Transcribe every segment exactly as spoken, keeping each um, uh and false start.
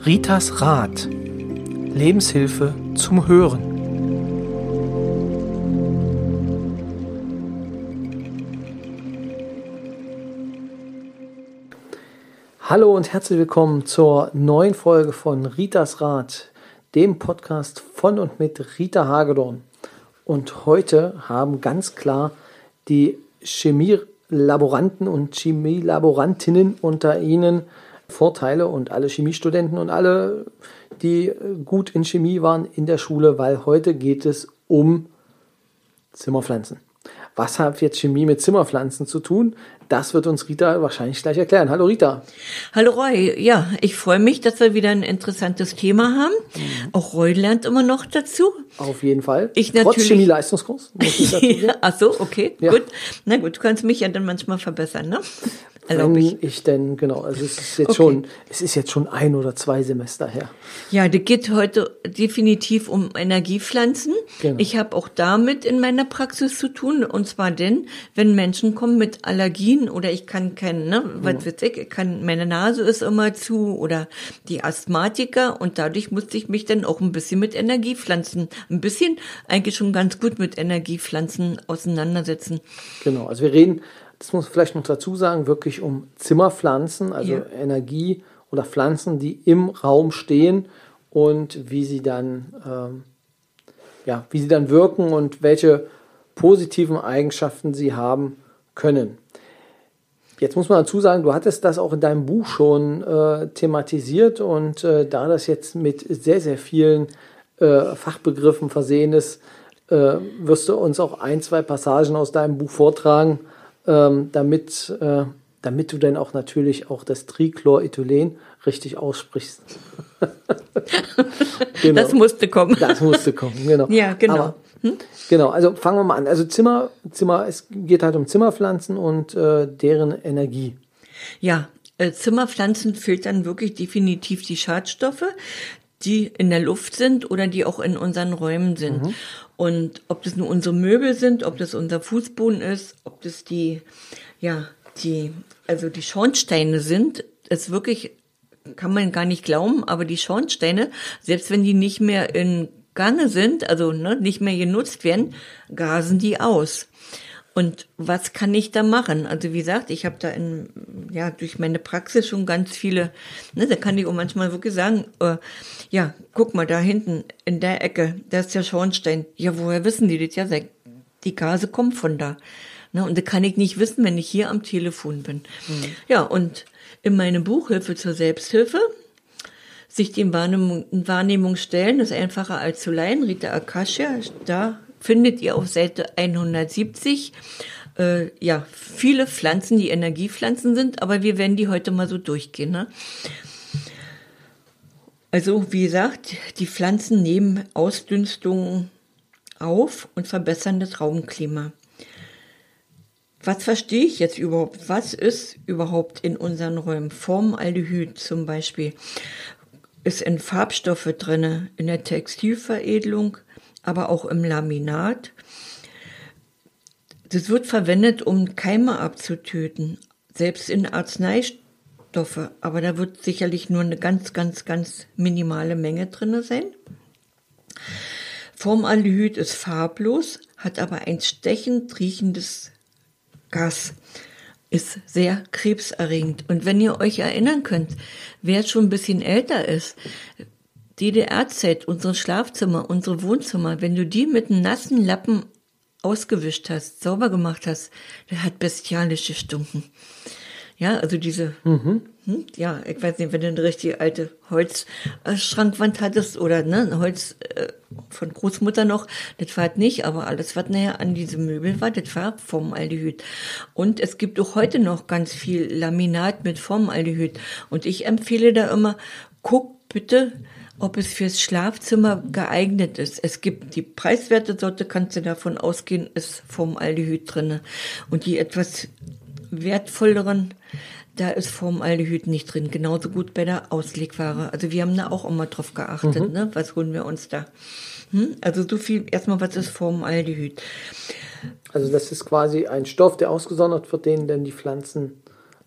Ritas Rat. Lebenshilfe zum Hören. Hallo und herzlich willkommen zur neuen Folge von Ritas Rat, dem Podcast von und mit Rita Hagedorn. Und heute haben ganz klar die Chemielaboranten und Chemielaborantinnen unter Ihnen Vorteile und alle Chemiestudenten und alle, die gut in Chemie waren in der Schule, weil heute geht es um Zimmerpflanzen. Was hat jetzt Chemie mit Zimmerpflanzen zu tun? Das wird uns Rita wahrscheinlich gleich erklären. Hallo Rita. Hallo Roy. Ja, ich freue mich, dass wir wieder ein interessantes Thema haben. Mhm. Auch Roy lernt immer noch dazu. Auf jeden Fall. Ich Trotz natürlich. Chemieleistungskurs. Ja, ach so, okay, ja. Gut. Na gut, du kannst mich ja dann manchmal verbessern, ne? Wenn ich. ich denn, genau, also es ist jetzt okay. schon, es ist jetzt schon ein oder zwei Semester her. Ja, das geht heute definitiv um Energiepflanzen. Genau. Ich habe auch damit in meiner Praxis zu tun, und zwar denn, wenn Menschen kommen mit Allergien oder ich kann keinen, ne, was ja. weiß ich, ich kann, meine Nase ist immer zu oder die Asthmatiker, und dadurch musste ich mich dann auch ein bisschen mit Energiepflanzen, ein bisschen, eigentlich schon ganz gut mit Energiepflanzen auseinandersetzen. Genau, also wir reden, das muss man vielleicht noch dazu sagen, wirklich um Zimmerpflanzen, also ja. Energie oder Pflanzen, die im Raum stehen und wie sie dann, ähm, ja, wie sie dann wirken und welche positiven Eigenschaften sie haben können. Jetzt muss man dazu sagen, du hattest das auch in deinem Buch schon äh, thematisiert und äh, da das jetzt mit sehr, sehr vielen äh, Fachbegriffen versehen ist, äh, wirst du uns auch ein, zwei Passagen aus deinem Buch vortragen, Ähm, damit, äh, damit du dann auch natürlich auch das Trichlorethylen richtig aussprichst. Genau. Das musste kommen. Das musste kommen, genau. Ja, genau. Aber, hm? Genau, also fangen wir mal an. Also Zimmer, Zimmer, es geht halt um Zimmerpflanzen und äh, deren Energie. Ja, äh, Zimmerpflanzen filtern wirklich definitiv die Schadstoffe, die in der Luft sind oder die auch in unseren Räumen sind. Mhm. Und ob das nur unsere Möbel sind, ob das unser Fußboden ist, ob das die, ja, die, also die Schornsteine sind, ist wirklich, kann man gar nicht glauben, aber die Schornsteine, selbst wenn die nicht mehr in Gange sind, also ne, nicht mehr genutzt werden, gasen die aus. Und was kann ich da machen? Also wie gesagt, ich habe da in, ja, durch meine Praxis schon ganz viele, ne, da kann ich auch manchmal wirklich sagen, äh, ja, guck mal, da hinten in der Ecke, da ist der Schornstein. Ja, woher wissen die das? Ja, die Gase kommen von da. Ne, und das kann ich nicht wissen, wenn ich hier am Telefon bin. Mhm. Ja, und in meinem Buch Hilfe zur Selbsthilfe, sich den Wahrnehmung, Wahrnehmung stellen, ist einfacher als zu leihen, Rita Akasha, da findet ihr auf Seite hundertsiebzig äh, ja viele Pflanzen, die Energiepflanzen sind, aber wir werden die heute mal so durchgehen. Ne? Also wie gesagt, die Pflanzen nehmen Ausdünstungen auf und verbessern das Raumklima. Was verstehe ich jetzt überhaupt? Was ist überhaupt in unseren Räumen? Formaldehyd zum Beispiel ist in Farbstoffe drin, in der Textilveredelung, aber auch im Laminat. Das wird verwendet, um Keime abzutöten, selbst in Arzneistoffe, aber da wird sicherlich nur eine ganz, ganz, ganz minimale Menge drin sein. Formaldehyd ist farblos, hat aber ein stechend riechendes Gas, ist sehr krebserregend. Und wenn ihr euch erinnern könnt, wer schon ein bisschen älter ist, D D R-Zeit, unsere Schlafzimmer, unsere Wohnzimmer, wenn du die mit einem nassen Lappen ausgewischt hast, sauber gemacht hast, der hat bestialisch gestunken. Ja, also diese, mhm. hm, ja, ich weiß nicht, wenn du eine richtige alte Holzschrankwand hattest oder ne, Holz äh, von Großmutter noch, das war halt nicht, aber alles, was nachher an diese Möbel war, das war Formaldehyd. Und es gibt auch heute noch ganz viel Laminat mit Formaldehyd. Und ich empfehle da immer, guck bitte, ob es fürs Schlafzimmer geeignet ist. Es gibt die preiswerte Sorte, kannst du davon ausgehen, ist Formaldehyd drin. Und die etwas wertvolleren, da ist Formaldehyd nicht drin. Genauso gut bei der Auslegware. Also wir haben da auch immer drauf geachtet, mhm. ne? Was holen wir uns da? Hm? Also so viel, erstmal, was ist Formaldehyd? Also das ist quasi ein Stoff, der ausgesondert wird, den dann die Pflanzen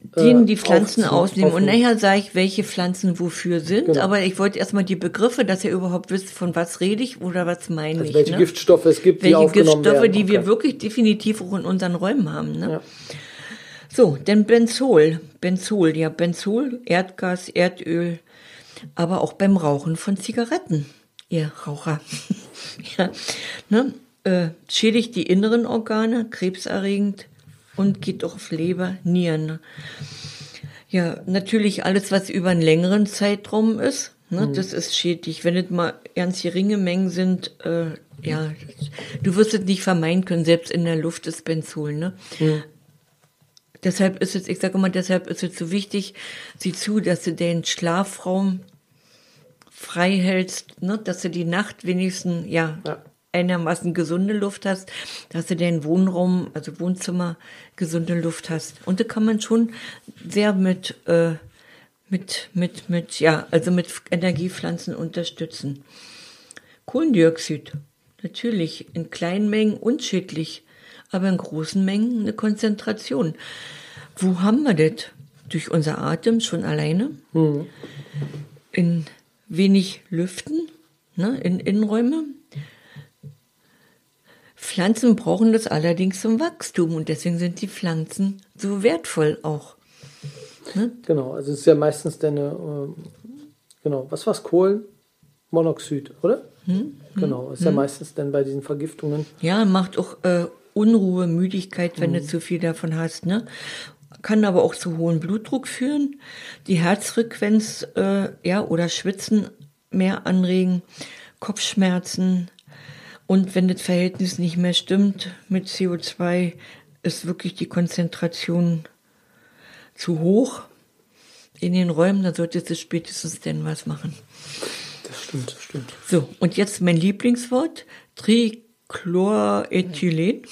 Den die Pflanzen aufziehen, ausnehmen. Und aufnehmen. nachher sage ich, welche Pflanzen wofür sind. Genau. Aber ich wollte erstmal die Begriffe, dass ihr überhaupt wisst, von was rede ich oder was meine Also ich. welche ne? Giftstoffe es gibt, die welche aufgenommen Giftstoffe, werden. die wir Okay. wirklich definitiv auch in unseren Räumen haben. Ne? Ja. So, denn Benzol. Benzol, ja, Benzol, Erdgas, Erdöl, aber auch beim Rauchen von Zigaretten, ihr Raucher. ja, ne? äh, schädigt die inneren Organe, krebserregend und geht auch auf Leber, Nieren. Ne? Ja, natürlich alles, was über einen längeren Zeitraum ist, ne, mhm. das ist schädlich. Wenn es mal ganz geringe Mengen sind, äh, ja, du wirst es nicht vermeiden können, selbst in der Luft ist Benzol, ne? Mhm. Deshalb ist es, ich sage immer, deshalb ist es so wichtig, sieh zu, dass du den Schlafraum frei hältst, ne, dass du die Nacht wenigstens, ja, ja. einigermaßen gesunde Luft hast, dass du deinen Wohnraum, also Wohnzimmer, gesunde Luft hast. Und da kann man schon sehr mit, äh, mit, mit, mit, ja, also mit Energiepflanzen unterstützen. Kohlendioxid, natürlich in kleinen Mengen unschädlich, aber in großen Mengen eine Konzentration. Wo haben wir das? Durch unser Atem schon alleine? Mhm. In wenig Lüften, ne, in Innenräume. Pflanzen brauchen das allerdings zum Wachstum und deswegen sind die Pflanzen so wertvoll auch. Ne? Genau, also es ist ja meistens deine, äh, genau, was war's? Kohlenmonoxid, oder? Hm? Genau, ist hm. ja meistens dann bei diesen Vergiftungen. Ja, macht auch äh, Unruhe, Müdigkeit, wenn hm. du zu viel davon hast, ne? Kann aber auch zu hohem Blutdruck führen, die Herzfrequenz, äh, ja, oder Schwitzen mehr anregen, Kopfschmerzen. Und wenn das Verhältnis nicht mehr stimmt mit C O zwei, ist wirklich die Konzentration zu hoch in den Räumen, dann solltest du spätestens denn was machen. Das stimmt, das stimmt. So, und jetzt mein Lieblingswort, Trichlorethylen.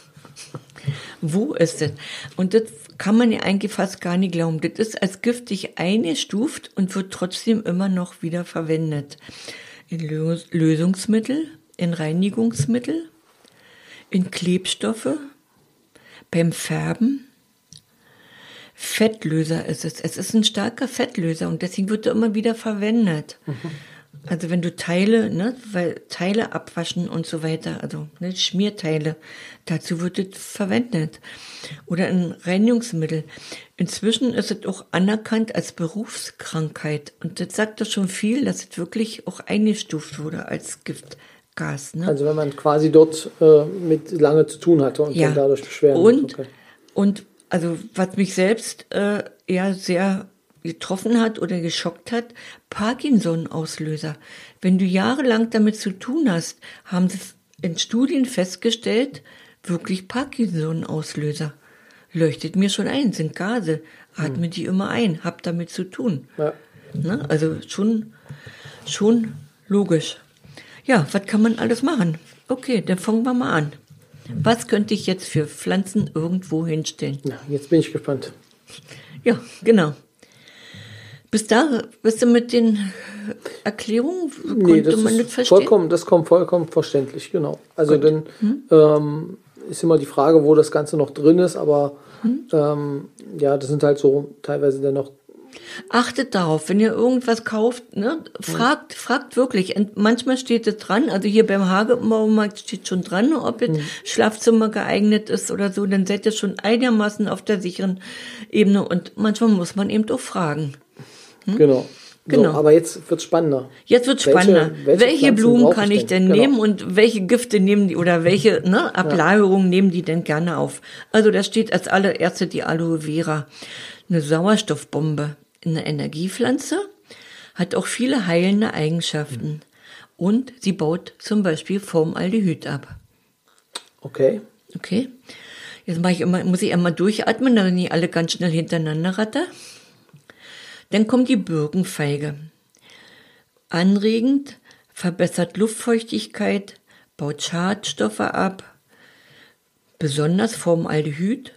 Wo ist das? Und das kann man ja eigentlich fast gar nicht glauben. Das ist als giftig eingestuft und wird trotzdem immer noch wieder verwendet. In Lösungsmittel, in Reinigungsmittel, in Klebstoffe, beim Färben. Fettlöser ist es. Es ist ein starker Fettlöser und deswegen wird er immer wieder verwendet. Mhm. Also wenn du Teile, ne, weil Teile abwaschen und so weiter, also ne, Schmierteile, dazu wird es verwendet. Oder in Reinigungsmittel. Inzwischen ist es auch anerkannt als Berufskrankheit. Und das sagt doch schon viel, dass es wirklich auch eingestuft wurde als Giftgas. Ne? Also wenn man quasi dort äh, mit lange zu tun hatte und ja. dann dadurch Beschwerden und, hat. Okay. Und also was mich selbst äh, ja sehr getroffen hat oder geschockt hat, Parkinson-Auslöser. Wenn du jahrelang damit zu tun hast, haben sie in Studien festgestellt, wirklich Parkinson-Auslöser. Leuchtet mir schon ein, sind Gase, atme hm. die immer ein, hab damit zu tun. Ja. Ne? Also schon, schon logisch. Ja, was kann man alles machen? Okay, dann fangen wir mal an. Was könnte ich jetzt für Pflanzen irgendwo hinstellen? Ja, jetzt bin ich gespannt. Ja, genau. Bis da, bist du mit den Erklärungen, nee, konnte das man ist das verstehen? Vollkommen, das kommt vollkommen verständlich, genau. Also dann hm? ähm, ist immer die Frage, wo das Ganze noch drin ist, aber hm? ähm, ja, das sind halt so teilweise dann noch. Achtet darauf, wenn ihr irgendwas kauft, ne, fragt, hm. fragt wirklich. Und manchmal steht es dran, also hier beim Hagebaumarkt steht schon dran, ob es hm. Schlafzimmer geeignet ist oder so, dann seid ihr schon einigermaßen auf der sicheren Ebene und manchmal muss man eben auch fragen. Hm? Genau. Genau. So, aber jetzt wird's spannender. Jetzt wird's spannender. Welche, welche, welche Blumen kann ich denn, denn genau. nehmen und welche Gifte nehmen die oder welche ne, Ablagerungen ja. nehmen die denn gerne auf? Also da steht als allererste die Aloe Vera, eine Sauerstoffbombe, eine Energiepflanze, hat auch viele heilende Eigenschaften mhm. und sie baut zum Beispiel Formaldehyd ab. Okay. Okay. Jetzt mache ich immer, muss ich einmal durchatmen, damit ich alle ganz schnell hintereinander ratter. Dann kommt die Birkenfeige. Anregend, verbessert Luftfeuchtigkeit, baut Schadstoffe ab, besonders Formaldehyd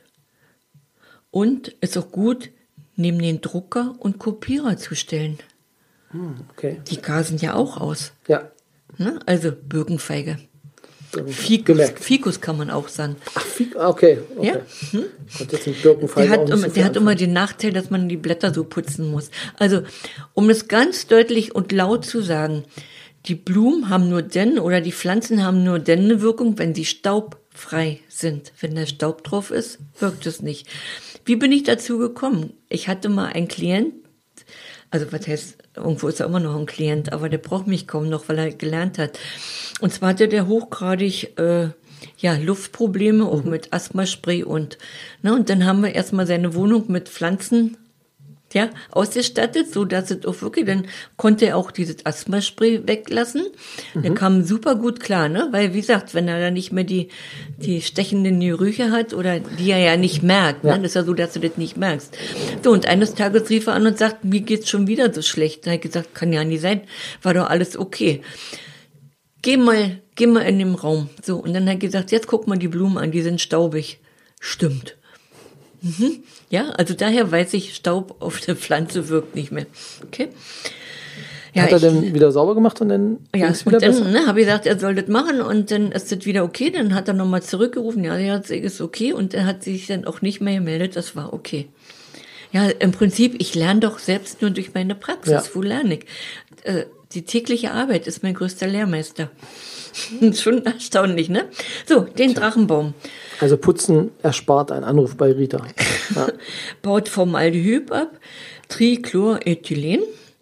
und ist auch gut, neben den Drucker und Kopierer zu stellen. Hm, okay. Die gasen ja auch aus. Ja. Ne? Also Birkenfeige. Fikus, gemerkt. Fikus kann man auch sagen. Ach, okay. okay. Ja? Hm? Und jetzt mit Birkenfalter der hat, auch nicht immer, so der hat anfangen. immer den Nachteil, dass man die Blätter so putzen muss. Also, um es ganz deutlich und laut zu sagen, die Blumen haben nur denn, oder die Pflanzen haben nur denn eine Wirkung, wenn sie staubfrei sind. Wenn der Staub drauf ist, wirkt es nicht. Wie bin ich dazu gekommen? Ich hatte mal einen Klient, also was heißt, irgendwo ist er immer noch ein Klient, aber der braucht mich kaum noch, weil er gelernt hat. Und zwar hatte der hochgradig äh, ja, Luftprobleme, auch mit Asthmaspray und, ne, und dann haben wir erstmal seine Wohnung mit Pflanzen, ja, ausgestattet, so dass es auch wirklich, dann konnte er auch dieses Asthmaspray weglassen. Mhm. Der kam super gut klar, ne, weil wie gesagt, wenn er dann nicht mehr die, die stechenden Gerüche hat oder die er ja nicht merkt, ja. ne, das ist ja so, dass du das nicht merkst. So, und eines Tages rief er an und sagt, mir geht's schon wieder so schlecht. Da habe ich gesagt, kann ja nicht sein, war doch alles okay. Geh mal, geh mal in den Raum. So, und dann hat er gesagt, jetzt guck mal die Blumen an, die sind staubig. Stimmt. Mhm. Ja, also daher weiß ich, Staub auf der Pflanze wirkt nicht mehr. Okay. Ja, hat er ich, denn wieder sauber gemacht und dann ja, ging's wieder und dann besser? ne, habe ich gesagt, er soll das machen und dann ist das wieder okay. Dann hat er nochmal zurückgerufen, ja, ja, das ist okay und er hat sich dann auch nicht mehr gemeldet, das war okay. Ja, im Prinzip, ich lerne doch selbst nur durch meine Praxis. Ja. Wo lerne ich? Äh, die tägliche Arbeit ist mein größter Lehrmeister. Schon erstaunlich, ne? So, den Tja. Drachenbaum. Also Putzen erspart ein Anruf bei Rita. Ja. Baut Formaldehyd ab, Trichlorethylen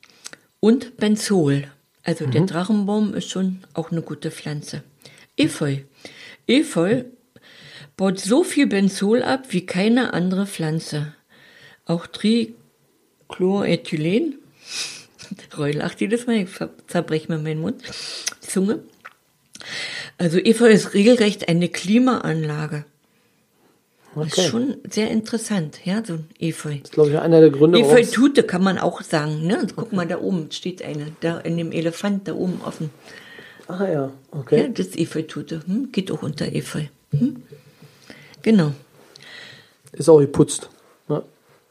und Benzol. Also mhm. der Drachenbaum ist schon auch eine gute Pflanze. Efeu. Efeu baut so viel Benzol ab wie keine andere Pflanze. Auch Trichlorethylen. Roy lacht jedes Mal, ich zerbreche mir meinen Mund, Zunge. Also Efeu ist regelrecht eine Klimaanlage. Okay. Das ist schon sehr interessant, ja, so ein Efeu. Das ist, glaube ich, einer der Gründe, warum Efeutute kann man auch sagen, ne? Guck okay. mal, da oben steht eine, da in dem Elefant, da oben offen. Ah ja, okay. Ja, das ist Efeutute, hm? Geht auch unter Efeu. Hm? Genau. Ist auch geputzt, ne?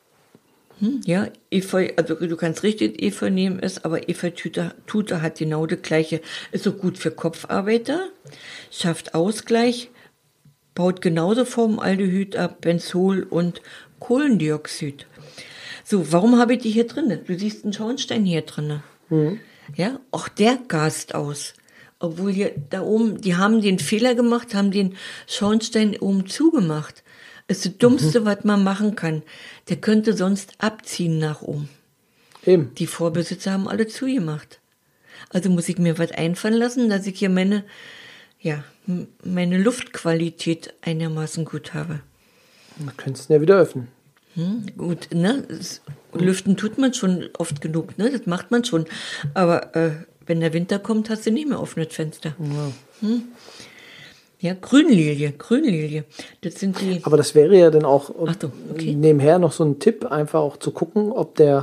Hm? Ja, Efeu, also du kannst richtig Efeu nehmen, ist, aber Efeutute Tute hat genau das Gleiche. Ist so gut für Kopfarbeiter, schafft Ausgleich, baut genauso Formaldehyd ab, Benzol und Kohlendioxid. So, warum habe ich die hier drin? Du siehst einen Schornstein hier drin. Mhm. Ja, auch der gast aus. Obwohl hier da oben, die haben den Fehler gemacht, haben den Schornstein oben zugemacht. Das ist das Dummste, mhm. was man machen kann. Der könnte sonst abziehen nach oben. Eben. Die Vorbesitzer haben alle zugemacht. Also muss ich mir was einfallen lassen, dass ich hier meine, ja, meine Luftqualität einigermaßen gut habe. Dann könntest du ja wieder öffnen. Hm, gut, ne? Das, Lüften tut man schon oft genug, ne? Das macht man schon. Aber äh, wenn der Winter kommt, hast du nicht mehr offenes Fenster. Ja. Hm? Ja, Grünlilie, Grünlilie. Das sind die. Aber das wäre ja dann auch Achtung, okay. nebenher noch so ein Tipp, einfach auch zu gucken, ob der,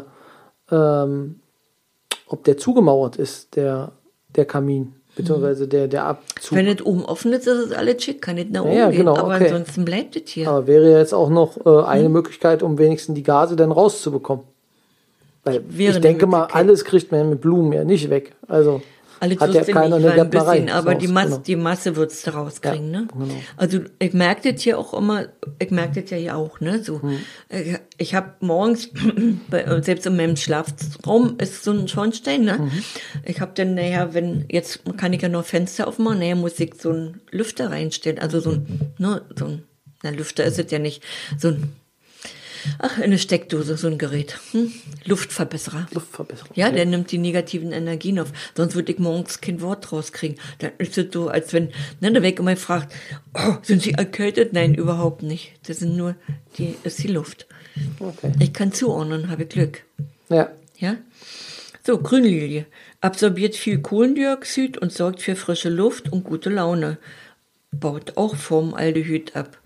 ähm, ob der zugemauert ist, der, der Kamin, beziehungsweise der, der Abzug. Wenn es oben offen ist, ist es alles schick, kann nicht nach oben ja, gehen, genau, aber okay. ansonsten bleibt es hier. Aber wäre ja jetzt auch noch äh, eine hm. Möglichkeit, um wenigstens die Gase dann rauszubekommen. Weil wäre ich denke mal, alles kriegt man mit Blumen ja nicht weg. Also Alles hat ja keiner eine Gärtnerei. Aber die Masse, genau. die Masse wird es daraus kriegen, ja, ne? Genau. Also ich merke das hier auch immer, ich merke das ja hier auch, ne? So, hm. ich, ich habe morgens, bei, selbst in meinem Schlafraum ist so ein Schornstein, ne? Mhm. Ich habe dann, naja, wenn, jetzt kann ich ja noch Fenster aufmachen, naja, muss ich so einen Lüfter reinstellen, also so ein, ne, so ein, na, Lüfter ist es ja nicht, so ein, ach, eine Steckdose, so ein Gerät. Hm? Luftverbesserer. Luftverbesserer. Ja, der nimmt die negativen Energien auf. Sonst würde ich morgens kein Wort rauskriegen. Dann ist es so, als wenn, ne, der Weg immer fragt, oh, sind Sie erkältet? Nein, überhaupt nicht. Das sind nur, die, ist die Luft. Okay. Ich kann zuordnen, habe Glück. Ja. Ja? So, Grünlilie. Absorbiert viel Kohlendioxid und sorgt für frische Luft und gute Laune. Baut auch Formaldehyd ab.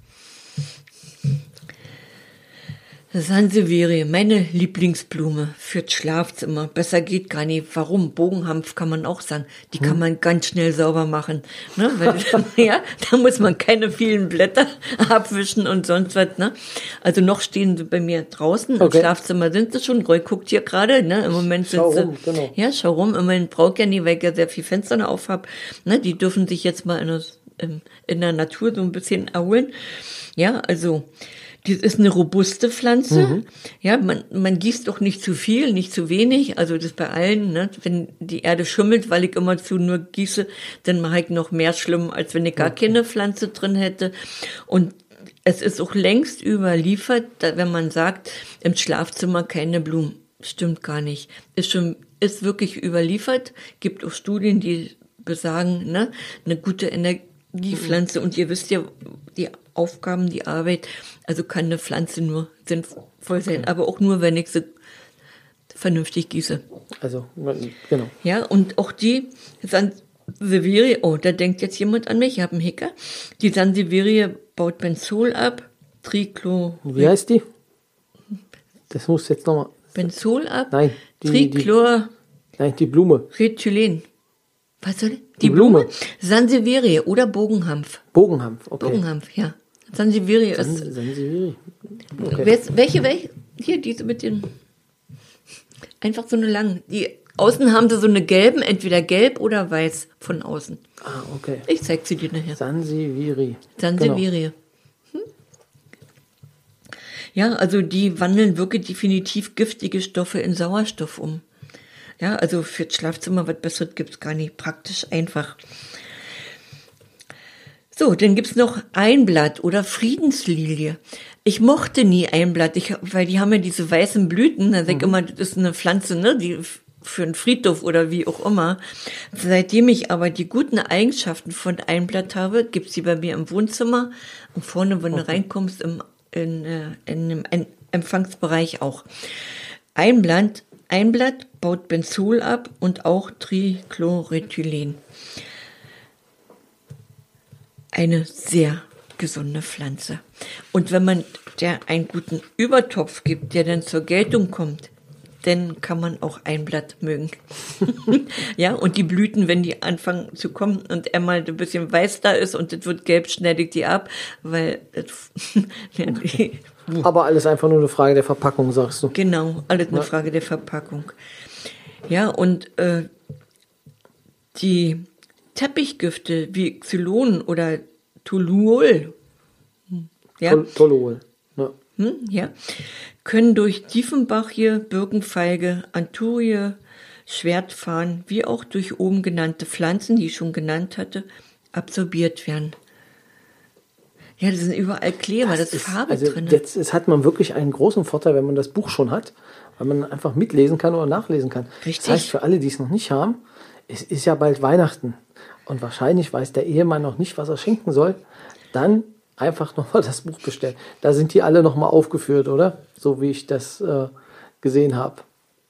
Sansevierie, meine Lieblingsblume fürs Schlafzimmer. Besser geht gar nicht. Warum? Bogenhanf kann man auch sagen. Die hm. kann man ganz schnell sauber machen. Ne? Weil, ja, da muss man keine vielen Blätter abwischen und sonst was. Ne? Also noch stehen sie bei mir draußen. Okay. Im Schlafzimmer sind sie schon. Roy guckt hier gerade. Ne? Im Moment sind schau sie. Rum, genau. Ja, schau rum. Im Moment brauche ich ja nie, weil ich ja sehr viel Fenster noch auf habe. Ne? Die dürfen sich jetzt mal in das in, in der Natur so ein bisschen erholen. Ja, also die ist eine robuste Pflanze. Mhm. Ja, man, man gießt doch nicht zu viel, nicht zu wenig. Also das bei allen, ne? Wenn die Erde schimmelt, weil ich immer zu nur gieße, dann mache ich noch mehr schlimm, als wenn ich gar okay. keine Pflanze drin hätte. Und es ist auch längst überliefert, wenn man sagt, im Schlafzimmer keine Blumen. Stimmt gar nicht. Ist schon, ist wirklich überliefert. Gibt auch Studien, die besagen, ne? Eine gute Energiepflanze. Und ihr wisst ja, die Aufgaben, die Arbeit, also kann eine Pflanze nur sinnvoll sein, okay. aber auch nur, wenn ich sie vernünftig gieße. Also, genau. Ja, und auch die Sansevierie, oh, da denkt jetzt jemand an mich, ich habe einen Hicker. Die Sansevierie baut Benzol ab, Trichlor... Wie heißt die? Das muss jetzt nochmal... Benzol ab? Nein. Die, Trichlor... Die, nein, die Blume. Rethylen. Was soll die? Die Blume. Blume? Sansevierie oder Bogenhanf. Bogenhanf, okay. Bogenhanf, ja. Sansevierie San, ist... Sansevierie. Okay. Welche, welche? Hier, diese mit den... Einfach so eine lange. Die außen haben sie so eine gelben, entweder gelb oder weiß von außen. Ah, okay. Ich zeig sie dir nachher. Sansevierie. Sansevierie. Genau. Hm? Ja, also die wandeln wirklich definitiv giftige Stoffe in Sauerstoff um. Ja, also für das Schlafzimmer was Besseres gibt's gar nicht. Praktisch einfach. So, dann gibt's noch Einblatt oder Friedenslilie. Ich mochte nie Einblatt, ich, weil die haben ja diese weißen Blüten. Da sag ich mhm. immer, das ist eine Pflanze, ne, die für einen Friedhof oder wie auch immer. Seitdem ich aber die guten Eigenschaften von Einblatt habe, gibt's die bei mir im Wohnzimmer und vorne, wenn okay. du reinkommst, im in, in, in, im Empfangsbereich auch. Einblatt, Einblatt baut Benzol ab und auch Trichlorrethylen. Eine sehr gesunde Pflanze. Und wenn man der einen guten Übertopf gibt, der dann zur Geltung kommt, dann kann man auch Einblatt mögen. Ja, und die Blüten, wenn die anfangen zu kommen und einmal ein bisschen weiß da ist und das wird gelb, schneide ich die ab, weil das, ja, die, aber alles einfach nur eine Frage der Verpackung, sagst du. Genau, alles eine ja. Frage der Verpackung. Ja, und äh, die Teppichgifte wie Xylon oder Toluol, ja, Toluol, ja. Hm, ja, können durch Diefenbachie, Birkenfeige, Anturie, Schwertfarn, wie auch durch oben genannte Pflanzen, die ich schon genannt hatte, absorbiert werden. Ja, das sind überall Kleber, das, das ist Farbe also drin. Jetzt, jetzt hat man wirklich einen großen Vorteil, wenn man das Buch schon hat, weil man einfach mitlesen kann oder nachlesen kann. Richtig. Das heißt, für alle, die es noch nicht haben, es ist ja bald Weihnachten und wahrscheinlich weiß der Ehemann noch nicht, was er schenken soll, dann einfach nochmal das Buch bestellen. Da sind die alle nochmal aufgeführt, oder? So wie ich das äh, gesehen habe.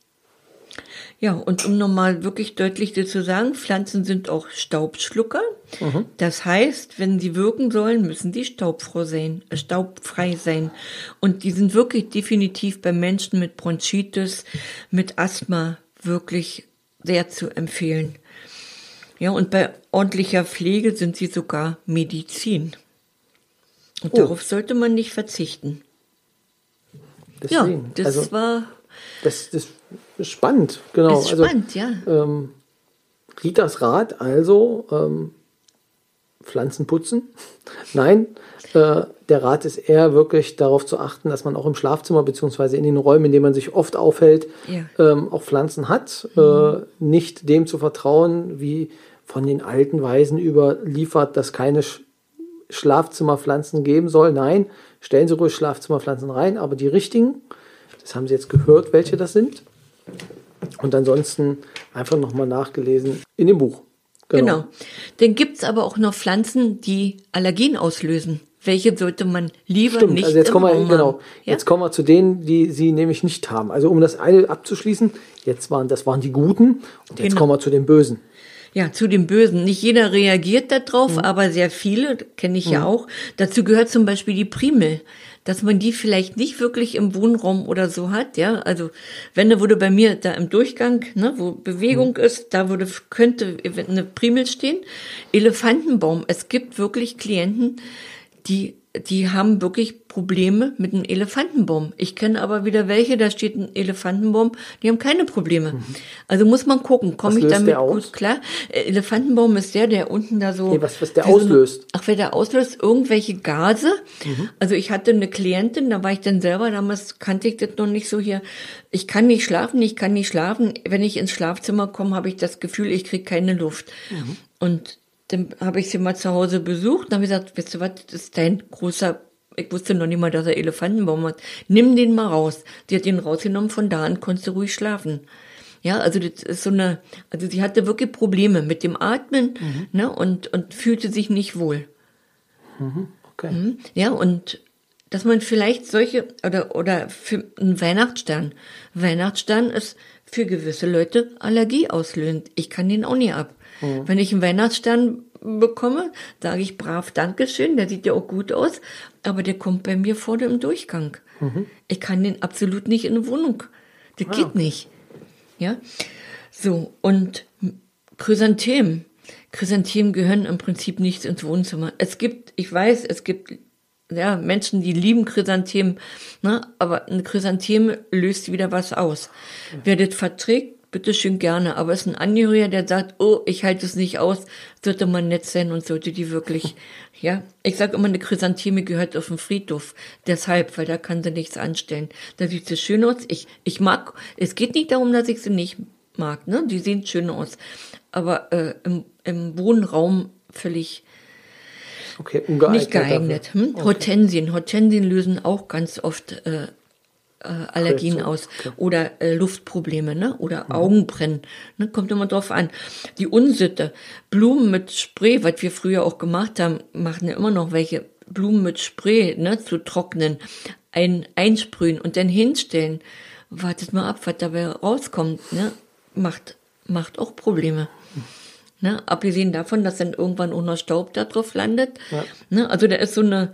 Ja, und um nochmal wirklich deutlich zu sagen, Pflanzen sind auch Staubschlucker. Mhm. Das heißt, wenn sie wirken sollen, müssen die staubfrei sein, äh, staubfrei sein. Und die sind wirklich definitiv bei Menschen mit Bronchitis, mit Asthma wirklich sehr zu empfehlen. Ja, und bei ordentlicher Pflege sind sie sogar Medizin. Und oh. darauf sollte man nicht verzichten. Deswegen. Ja, das also, war... Das, das ist spannend, genau. Ist spannend, also, ja. Ähm, Ritas Rat, also ähm, Pflanzen putzen. Nein, äh, der Rat ist eher wirklich darauf zu achten, dass man auch im Schlafzimmer beziehungsweise in den Räumen, in denen man sich oft aufhält, ja. ähm, auch Pflanzen hat. Mhm. Äh, nicht dem zu vertrauen, wie von den alten Weisen überliefert, dass keine Sch- Schlafzimmerpflanzen geben soll. Nein, stellen Sie ruhig Schlafzimmerpflanzen rein, aber die richtigen. Das haben Sie jetzt gehört, welche das sind. Und ansonsten einfach nochmal nachgelesen in dem Buch. Genau. genau. Dann gibt es aber auch noch Pflanzen, die Allergien auslösen. Welche sollte man lieber Stimmt, nicht also jetzt kommen wir, Raum genau, haben? Ja? Jetzt kommen wir zu denen, die Sie nämlich nicht haben. Also um das eine abzuschließen, jetzt waren, das waren die Guten und jetzt genau. kommen wir zu den Bösen. Ja, zu den Bösen. Nicht jeder reagiert darauf, mhm. aber sehr viele, kenne ich mhm. ja auch. Dazu gehört zum Beispiel die Primel, dass man die vielleicht nicht wirklich im Wohnraum oder so hat, ja. Also wenn da würde bei mir da im Durchgang, ne, wo Bewegung mhm. ist, da würde könnte eine Primel stehen. Elefantenbaum. Es gibt wirklich Klienten, die die haben wirklich Probleme mit einem Elefantenbaum. Ich kenne aber wieder welche, da steht ein Elefantenbaum, die haben keine Probleme. Mhm. Also muss man gucken, komme ich damit gut klar? Elefantenbaum ist der, der unten da so... Nee, was, was der auslöst? So, ach, wer der auslöst? Irgendwelche Gase. Mhm. Also ich hatte eine Klientin, da war ich dann selber, damals kannte ich das noch nicht so hier. Ich kann nicht schlafen, ich kann nicht schlafen. Wenn ich ins Schlafzimmer komme, habe ich das Gefühl, ich kriege keine Luft. Mhm. Und dann habe ich sie mal zu Hause besucht und habe gesagt, weißt du was, das ist dein großer, ich wusste noch nicht mal, dass er Elefantenbaum hat. Nimm den mal raus. Sie hat den rausgenommen, von da an konntest du ruhig schlafen. Ja, also das ist so eine, also sie hatte wirklich Probleme mit dem Atmen, mhm. ne, und, und fühlte sich nicht wohl. Mhm, okay. Mhm, ja, und dass man vielleicht solche, oder, oder für einen Weihnachtsstern. Weihnachtsstern ist für gewisse Leute Allergie auslösend. Ich kann den auch nie ab. Mhm. Wenn ich einen Weihnachtsstern bekomme, sage ich brav Dankeschön, der sieht ja auch gut aus, aber der kommt bei mir vorne im Durchgang. Mhm. Ich kann den absolut nicht in eine Wohnung. Das ah. geht nicht. Ja, so, und Chrysanthemen. Chrysanthemen gehören im Prinzip nicht ins Wohnzimmer. Es gibt, ich weiß, es gibt ja Menschen, die lieben Chrysanthemen, ne, aber ein Chrysantheme löst wieder was aus. Mhm. Wer das verträgt, bitteschön gerne, aber es ist ein Angehöriger, der sagt, oh, ich halte es nicht aus, sollte man nett sein und sollte die wirklich, ja, ich sage immer, eine Chrysantheme gehört auf den Friedhof, deshalb, weil da kann sie nichts anstellen. Da sieht sie schön aus, ich, ich mag, es geht nicht darum, dass ich sie nicht mag, ne, die sehen schön aus, aber äh, im, im Wohnraum völlig okay, ungeeignet nicht geeignet. Hm? Okay. Hortensien, Hortensien lösen auch ganz oft äh, Äh, Allergien okay, so. aus okay. oder äh, Luftprobleme, ne, oder mhm. Augenbrennen, ne, kommt immer drauf an. Die Unsitte, Blumen mit Spray, was wir früher auch gemacht haben, machen ja immer noch welche, Blumen mit Spray, ne, zu trocknen, ein, einsprühen und dann hinstellen. Wartet mal ab, was dabei rauskommt, ne, macht, macht auch Probleme. Mhm. Ne, abgesehen davon, dass dann irgendwann auch noch Staub da drauf landet, ja. ne, also da ist so eine,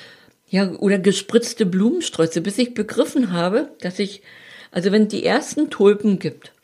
ja, oder gespritzte Blumensträuße, bis ich begriffen habe, dass ich, also wenn es die ersten Tulpen gibt,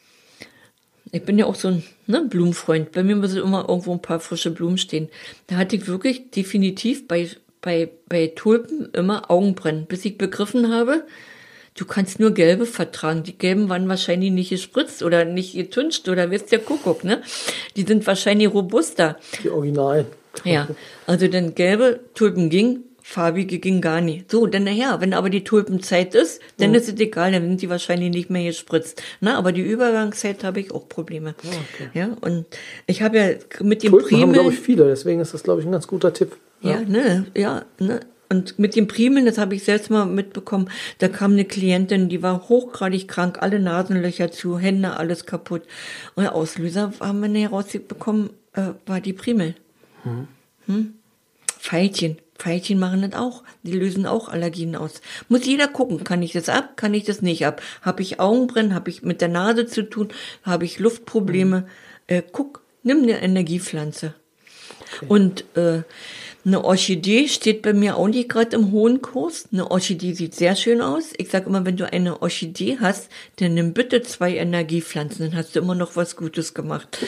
ich bin ja auch so ein ne, Blumenfreund, bei mir müssen immer irgendwo ein paar frische Blumen stehen, da hatte ich wirklich definitiv bei, bei, bei Tulpen immer Augenbrennen, bis ich begriffen habe, du kannst nur gelbe vertragen, die gelben waren wahrscheinlich nicht gespritzt oder nicht getüncht oder wisst der Kuckuck, ne? Die sind wahrscheinlich robuster. Die Original. Ja, also dann gelbe Tulpen ging, farbige ging gar nicht. So, dann nachher, wenn aber die Tulpenzeit ist, dann mhm. ist es egal, dann sind die wahrscheinlich nicht mehr gespritzt. Na, aber die Übergangszeit habe ich auch Probleme. Oh, okay. Ja, und ich habe ja mit dem Tulpen Primeln... haben, glaube ich, viele, deswegen ist das, glaube ich, ein ganz guter Tipp. Ja, ja ne, ja, ne. Und mit dem Primeln, das habe ich selbst mal mitbekommen, da kam eine Klientin, die war hochgradig krank, alle Nasenlöcher zu, Hände, alles kaputt. Und der Auslöser haben wir näher rausbekommen, äh, war die Primel. Mhm. Hm? Veilchen. Veilchen machen das auch. Die lösen auch Allergien aus. Muss jeder gucken, kann ich das ab, kann ich das nicht ab? Habe ich Augenbrennen, habe ich mit der Nase zu tun, habe ich Luftprobleme? Mhm. Äh, guck, nimm eine Energiepflanze. Okay. Und äh, eine Orchidee steht bei mir auch nicht gerade im hohen Kurs. Eine Orchidee sieht sehr schön aus. Ich sage immer, wenn du eine Orchidee hast, dann nimm bitte zwei Energiepflanzen, dann hast du immer noch was Gutes gemacht.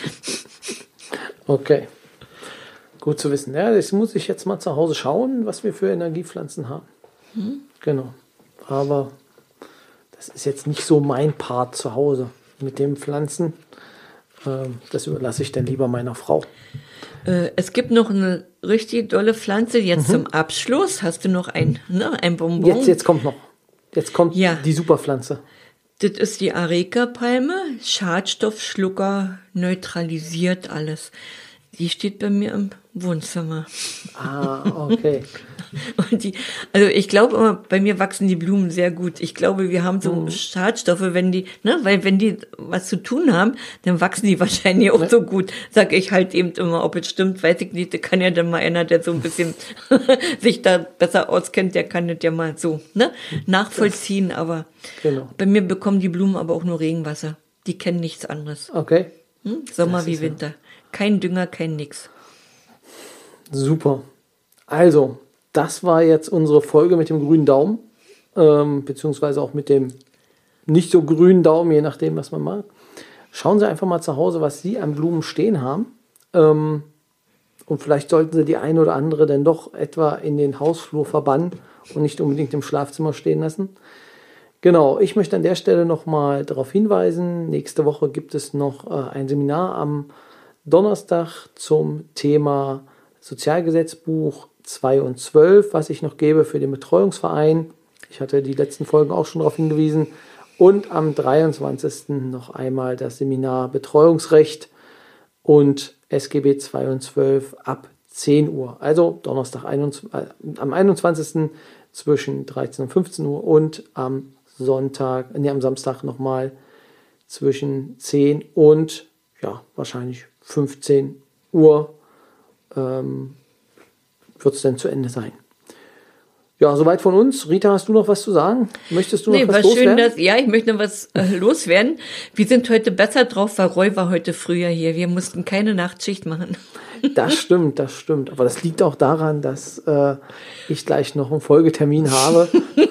Okay. Gut zu wissen. Ja, das muss ich jetzt mal zu Hause schauen, was wir für Energiepflanzen haben. Hm. Genau. Aber das ist jetzt nicht so mein Part zu Hause mit den Pflanzen. Das überlasse ich dann lieber meiner Frau. Äh, es gibt noch eine richtig dolle Pflanze. Jetzt mhm. zum Abschluss hast du noch ein, ne, ein Bonbon. Jetzt, jetzt kommt noch. Jetzt kommt ja. die Superpflanze. Das ist die Areca-Palme. Schadstoffschlucker, neutralisiert alles. Die steht bei mir im Wohnzimmer. Ah, okay. Und die, also ich glaube immer, bei mir wachsen die Blumen sehr gut. Ich glaube, wir haben so mhm. Schadstoffe, wenn die, ne, weil wenn die was zu tun haben, dann wachsen die wahrscheinlich auch ne? so gut. Sag ich halt eben immer, ob es stimmt, weiß ich nicht. Da kann ja dann mal einer, der so ein bisschen sich da besser auskennt, der kann das ja mal so, ne, nachvollziehen. Aber genau. Bei mir bekommen die Blumen aber auch nur Regenwasser. Die kennen nichts anderes. Okay. Hm? Sommer wie Winter. Ja. Kein Dünger, kein nix. Super. Also, das war jetzt unsere Folge mit dem grünen Daumen, ähm, beziehungsweise auch mit dem nicht so grünen Daumen, je nachdem, was man mag. Schauen Sie einfach mal zu Hause, was Sie an Blumen stehen haben. Ähm, Und vielleicht sollten sie die eine oder andere dann doch etwa in den Hausflur verbannen und nicht unbedingt im Schlafzimmer stehen lassen. Genau, ich möchte an der Stelle nochmal darauf hinweisen, nächste Woche gibt es noch äh, ein Seminar am Donnerstag zum Thema Sozialgesetzbuch zwei und zwölf, was ich noch gebe für den Betreuungsverein. Ich hatte die letzten Folgen auch schon darauf hingewiesen. Und am dreiundzwanzigsten noch einmal das Seminar Betreuungsrecht und S G B zwei und zwölf ab zehn Uhr. Also Donnerstag einundzwanzig, äh, am einundzwanzigsten zwischen dreizehn und fünfzehn Uhr und am Sonntag, nee, am Samstag nochmal zwischen zehn und ja, wahrscheinlich fünfzehn Uhr ähm, wird es dann zu Ende sein. Ja, soweit von uns. Rita, hast du noch was zu sagen? Möchtest du noch nee, was war loswerden? Schön, dass, ja, ich möchte noch was äh, loswerden. Wir sind heute besser drauf, weil Roy war heute früher hier. Wir mussten keine Nachtschicht machen. Das stimmt, das stimmt. Aber das liegt auch daran, dass äh, ich gleich noch einen Folgetermin habe.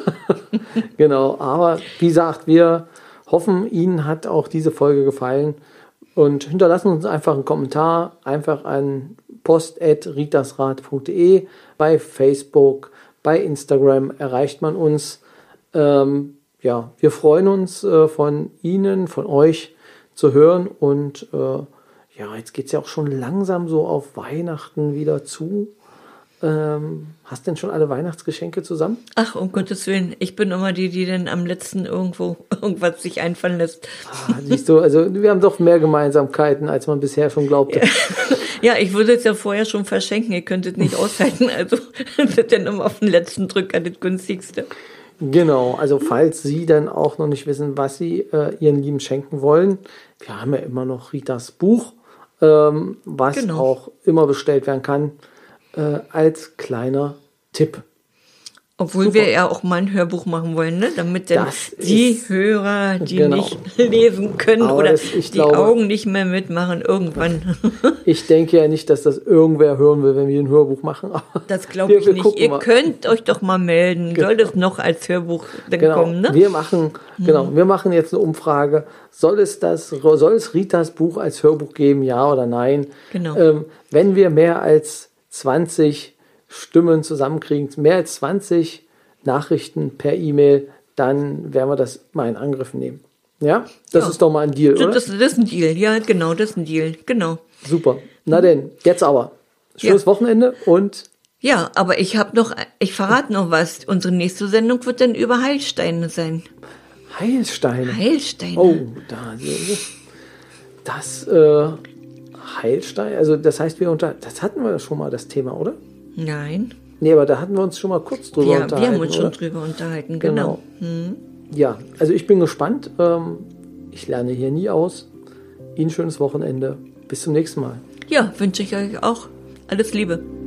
Genau, aber wie gesagt, wir hoffen, Ihnen hat auch diese Folge gefallen. Und hinterlassen uns einfach einen Kommentar, einfach an post at ritasrat punkt de, bei Facebook, bei Instagram erreicht man uns. Ähm, ja, wir freuen uns äh, von Ihnen, von euch zu hören. Und äh, ja, jetzt geht es ja auch schon langsam so auf Weihnachten wieder zu. Ähm, hast denn schon alle Weihnachtsgeschenke zusammen? Ach, um Gottes Willen. Ich bin immer die, die dann am letzten irgendwo irgendwas sich einfallen lässt. Ah, siehst du, also wir haben doch mehr Gemeinsamkeiten, als man bisher schon glaubte. Ja, ich würde es ja vorher schon verschenken. Ihr könntet nicht aushalten. Also das ist dann immer auf den letzten Drücker das günstigste. Genau, also falls Sie dann auch noch nicht wissen, was Sie äh, Ihren Lieben schenken wollen, wir haben ja immer noch Ritas Buch, ähm, was Genau. auch immer bestellt werden kann, äh, als kleiner Tipp. Obwohl Super. wir ja auch mal ein Hörbuch machen wollen, ne? Damit dann Das die ist- Hörer, die genau. nicht lesen können Aber oder das- ich die glaube- Augen nicht mehr mitmachen, irgendwann. Ich denke ja nicht, dass das irgendwer hören will, wenn wir ein Hörbuch machen. aber Das glaube wir- ich wir nicht. gucken Ihr mal. könnt euch doch mal melden. Genau. Soll das noch als Hörbuch dann Genau, kommen, ne? wir machen, genau, wir machen jetzt eine Umfrage. Soll es das, soll es Ritas Buch als Hörbuch geben, ja oder nein? Genau. Ähm, wenn wir mehr als zwanzig Stimmen zusammenkriegen, mehr als zwanzig Nachrichten per E-Mail, dann werden wir das mal in Angriff nehmen. Ja, das Ja. ist doch mal ein Deal, oder? Das, das ist ein Deal, ja, genau, das ist ein Deal, genau. Super. Na denn, jetzt aber. Schönes Ja. Wochenende und Ja, aber ich habe noch, ich verrate noch was. Unsere nächste Sendung wird dann über Heilsteine sein. Heilsteine. Heilsteine. Oh, da das äh, Heilstein, also das heißt, wir unter, das hatten wir schon mal das Thema, oder? Nein. Nee, aber da hatten wir uns schon mal kurz drüber Ja, unterhalten. wir haben uns oder? schon drüber unterhalten, genau. Ja, also ich bin gespannt. Ähm, ich lerne hier nie aus. Ihnen schönes Wochenende. Bis zum nächsten Mal. Ja, wünsche ich euch auch alles Liebe.